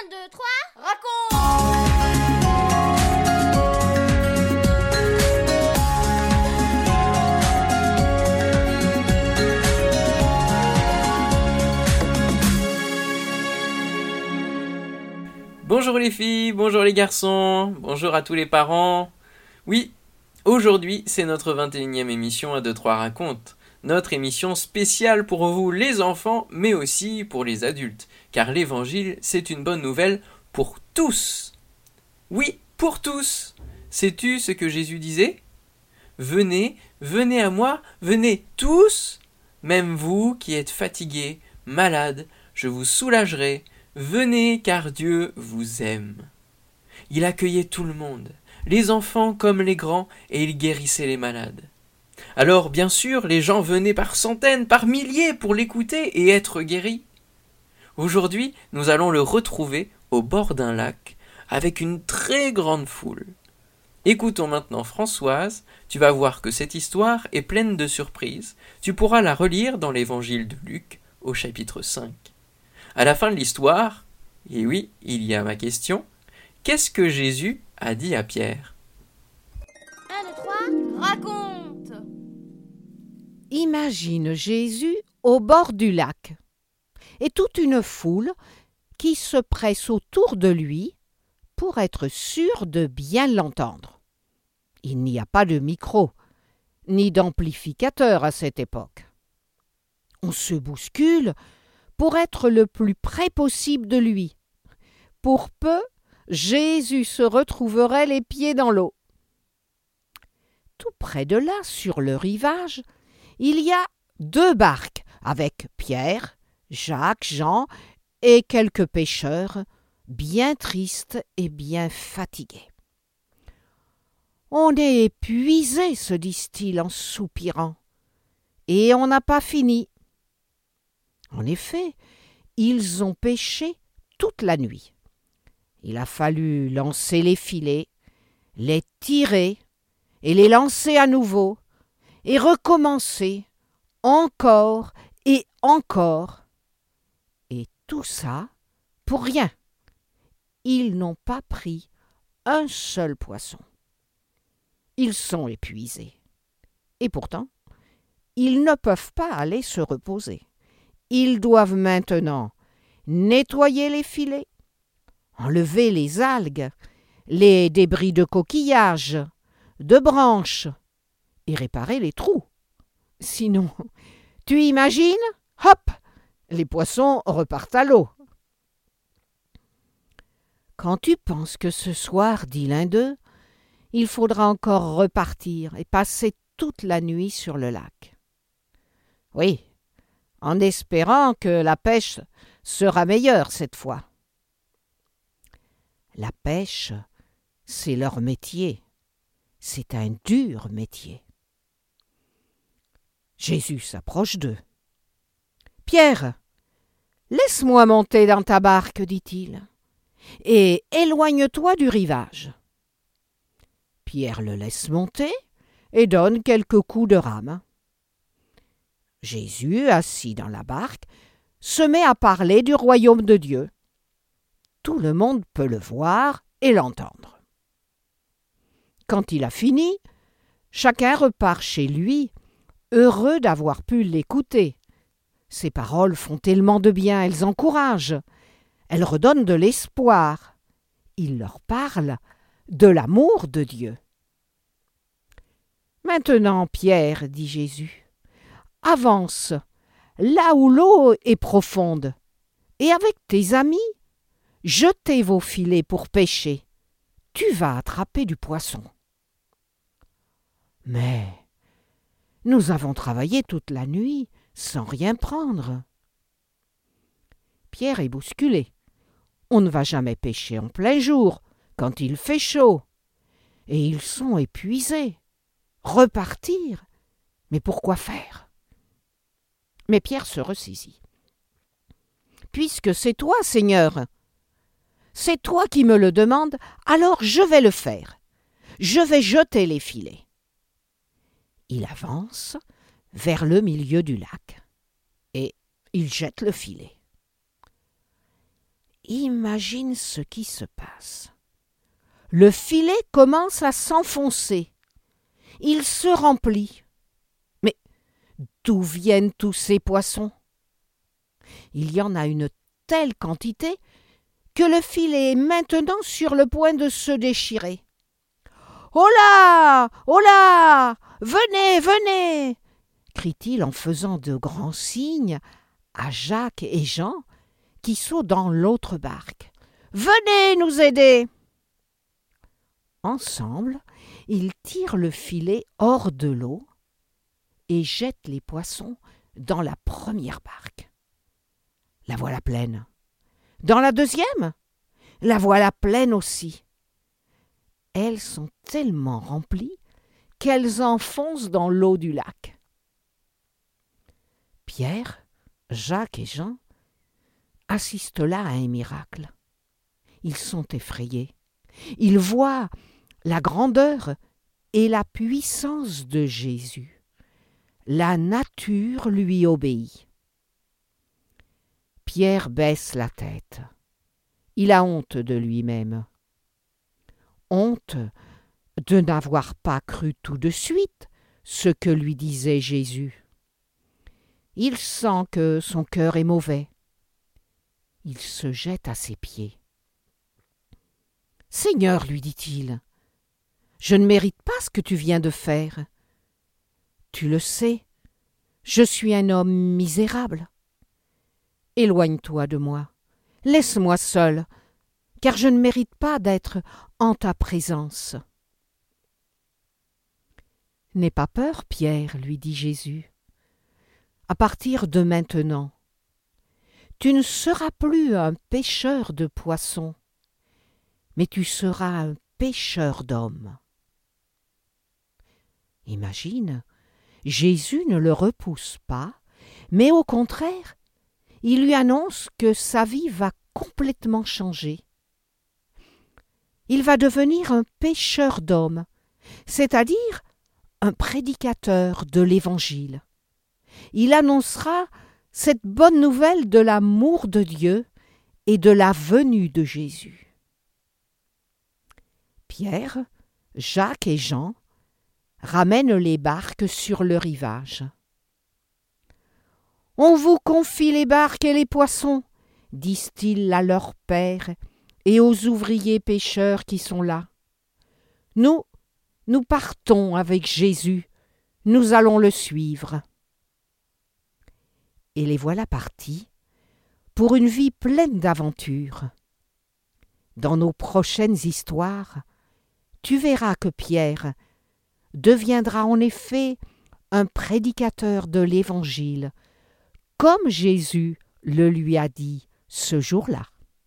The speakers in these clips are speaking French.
1, 2, 3, raconte! Bonjour les filles, bonjour les garçons, bonjour à tous les parents. Oui, aujourd'hui c'est notre 21e émission 1, 2, 3 raconte. Notre émission spéciale pour vous les enfants, mais aussi pour les adultes. Car l'évangile, c'est une bonne nouvelle pour tous. Oui, pour tous. Sais-tu ce que Jésus disait ? Venez, venez à moi, venez tous, même vous qui êtes fatigués, malades, je vous soulagerai. Venez car Dieu vous aime. Il accueillait tout le monde, les enfants comme les grands, et il guérissait les malades. Alors, bien sûr, les gens venaient par centaines, par milliers pour l'écouter et être guéris. Aujourd'hui, nous allons le retrouver au bord d'un lac, avec une très grande foule. Écoutons maintenant Françoise, tu vas voir que cette histoire est pleine de surprises. Tu pourras la relire dans l'évangile de Luc, au chapitre 5. À la fin de l'histoire, et oui, il y a ma question, qu'est-ce que Jésus a dit à Pierre ? 1, 2, 3, raconte! Imagine Jésus au bord du lac et toute une foule qui se presse autour de lui pour être sûr de bien l'entendre. Il n'y a pas de micro, ni d'amplificateur à cette époque. On se bouscule pour être le plus près possible de lui. Pour peu, Jésus se retrouverait les pieds dans l'eau. Tout près de là, sur le rivage, il y a 2 barques avec Pierre, Jacques, Jean et quelques pêcheurs, bien tristes et bien fatigués. « On est épuisés, se disent-ils en soupirant, et on n'a pas fini. » En effet, ils ont pêché toute la nuit. Il a fallu lancer les filets, les tirer et les lancer à nouveau, et recommencer encore et encore. Et tout ça pour rien. Ils n'ont pas pris un seul poisson. Ils sont épuisés. Et pourtant, ils ne peuvent pas aller se reposer. Ils doivent maintenant nettoyer les filets, enlever les algues, les débris de coquillages, de branches et réparer les trous. Sinon, tu imagines ? Hop ! Les poissons repartent à l'eau. Quand tu penses que ce soir, dit l'un d'eux, il faudra encore repartir et passer toute la nuit sur le lac. Oui, en espérant que la pêche sera meilleure cette fois. La pêche, c'est leur métier. C'est un dur métier. Jésus s'approche d'eux. « Pierre, laisse-moi monter dans ta barque, dit-il, et éloigne-toi du rivage. » Pierre le laisse monter et donne quelques coups de rame. Jésus, assis dans la barque, se met à parler du royaume de Dieu. Tout le monde peut le voir et l'entendre. Quand il a fini, chacun repart chez lui, heureux d'avoir pu l'écouter. Ses paroles font tellement de bien, elles encouragent, elles redonnent de l'espoir. Il leur parle de l'amour de Dieu. « Maintenant, Pierre, dit Jésus, avance là où l'eau est profonde, et avec tes amis, jetez vos filets pour pêcher. Tu vas attraper du poisson. » « Mais nous avons travaillé toute la nuit sans rien prendre. » Pierre est bousculé. On ne va jamais pêcher en plein jour, quand il fait chaud. Et ils sont épuisés. Repartir ? Mais pourquoi faire ? Mais Pierre se ressaisit. « Puisque c'est toi, Seigneur, c'est toi qui me le demandes, alors je vais le faire. Je vais jeter les filets. » Il avance vers le milieu du lac et il jette le filet. Imagine ce qui se passe. Le filet commence à s'enfoncer. Il se remplit. Mais d'où viennent tous ces poissons? Il y en a une telle quantité que le filet est maintenant sur le point de se déchirer. « Oh là! Oh là! Venez, venez !» crie-t-il en faisant de grands signes à Jacques et Jean qui sont dans l'autre barque. « Venez nous aider !» Ensemble, ils tirent le filet hors de l'eau et jettent les poissons dans la première barque. La voilà pleine. Dans la deuxième, la voilà pleine aussi. Elles sont tellement remplies qu'elles enfoncent dans l'eau du lac. Pierre, Jacques et Jean assistent là à un miracle. Ils sont effrayés. Ils voient la grandeur et la puissance de Jésus. La nature lui obéit. Pierre baisse la tête. Il a honte de lui-même. Honte de n'avoir pas cru tout de suite ce que lui disait Jésus. Il sent que son cœur est mauvais. Il se jette à ses pieds. « Seigneur, lui dit-il, je ne mérite pas ce que tu viens de faire. Tu le sais, je suis un homme misérable. Éloigne-toi de moi, laisse-moi seul, car je ne mérite pas d'être en ta présence. » « N'aie pas peur, Pierre, lui dit Jésus. À partir de maintenant, tu ne seras plus un pêcheur de poissons, mais tu seras un pêcheur d'hommes. Imagine, Jésus ne le repousse pas, mais au contraire, il lui annonce que sa vie va complètement changer. Il va devenir un pêcheur d'hommes, c'est-à-dire un prédicateur de l'Évangile. Il annoncera cette bonne nouvelle de l'amour de Dieu et de la venue de Jésus. Pierre, Jacques et Jean ramènent les barques sur le rivage. « On vous confie les barques et les poissons, disent-ils à leur père et aux ouvriers pêcheurs qui sont là. Nous partons avec Jésus, nous allons le suivre. » Et les voilà partis pour une vie pleine d'aventures. Dans nos prochaines histoires, tu verras que Pierre deviendra en effet un prédicateur de l'Évangile, comme Jésus le lui a dit ce jour-là.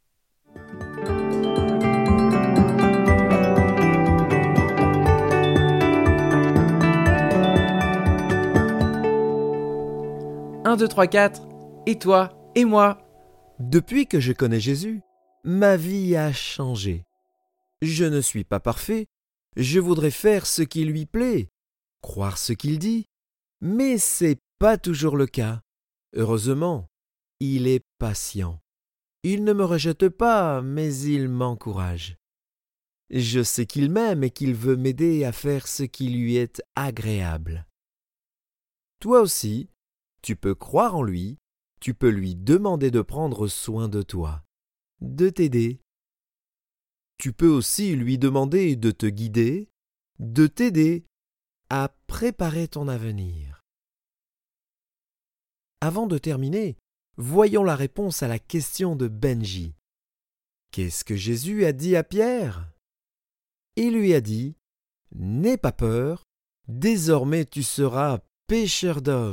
Un, deux, trois, quatre, et toi, et moi. Depuis que je connais Jésus, ma vie a changé. Je ne suis pas parfait, je voudrais faire ce qui lui plaît, croire ce qu'il dit, mais c'est pas toujours le cas. Heureusement, il est patient. Il ne me rejette pas, mais il m'encourage. Je sais qu'il m'aime et qu'il veut m'aider à faire ce qui lui est agréable. Toi aussi, tu peux croire en lui, tu peux lui demander de prendre soin de toi, de t'aider. Tu peux aussi lui demander de te guider, de t'aider à préparer ton avenir. Avant de terminer, voyons la réponse à la question de Benji. Qu'est-ce que Jésus a dit à Pierre? Il lui a dit « N'aie pas peur, désormais tu seras pêcheur d'hommes. »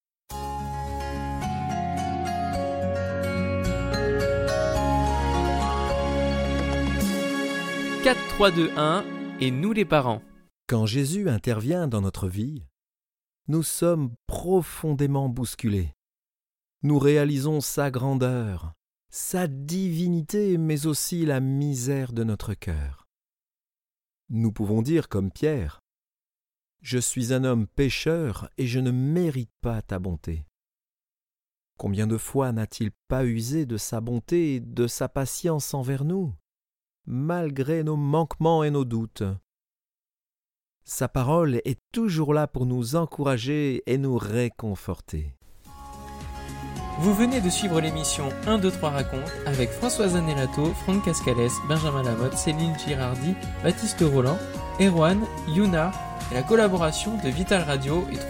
4, 3, 2, 1, et nous les parents. Quand Jésus intervient dans notre vie, nous sommes profondément bousculés. Nous réalisons sa grandeur, sa divinité, mais aussi la misère de notre cœur. Nous pouvons dire comme Pierre, « Je suis un homme pécheur et je ne mérite pas ta bonté. » Combien de fois n'a-t-il pas usé de sa bonté et de sa patience envers nous, malgré nos manquements et nos doutes? Sa parole est toujours là pour nous encourager et nous réconforter. Vous venez de suivre l'émission 1, 2, 3 raconte avec Françoise Anelato, Franck Cascales, Benjamin Lamotte, Céline Girardi, Baptiste Roland, Erwan, Yuna et la collaboration de Vital Radio et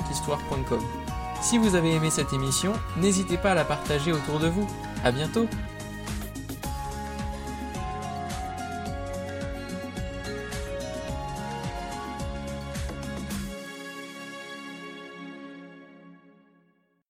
365histoire.com. Si vous avez aimé cette émission, n'hésitez pas à la partager autour de vous. À bientôt!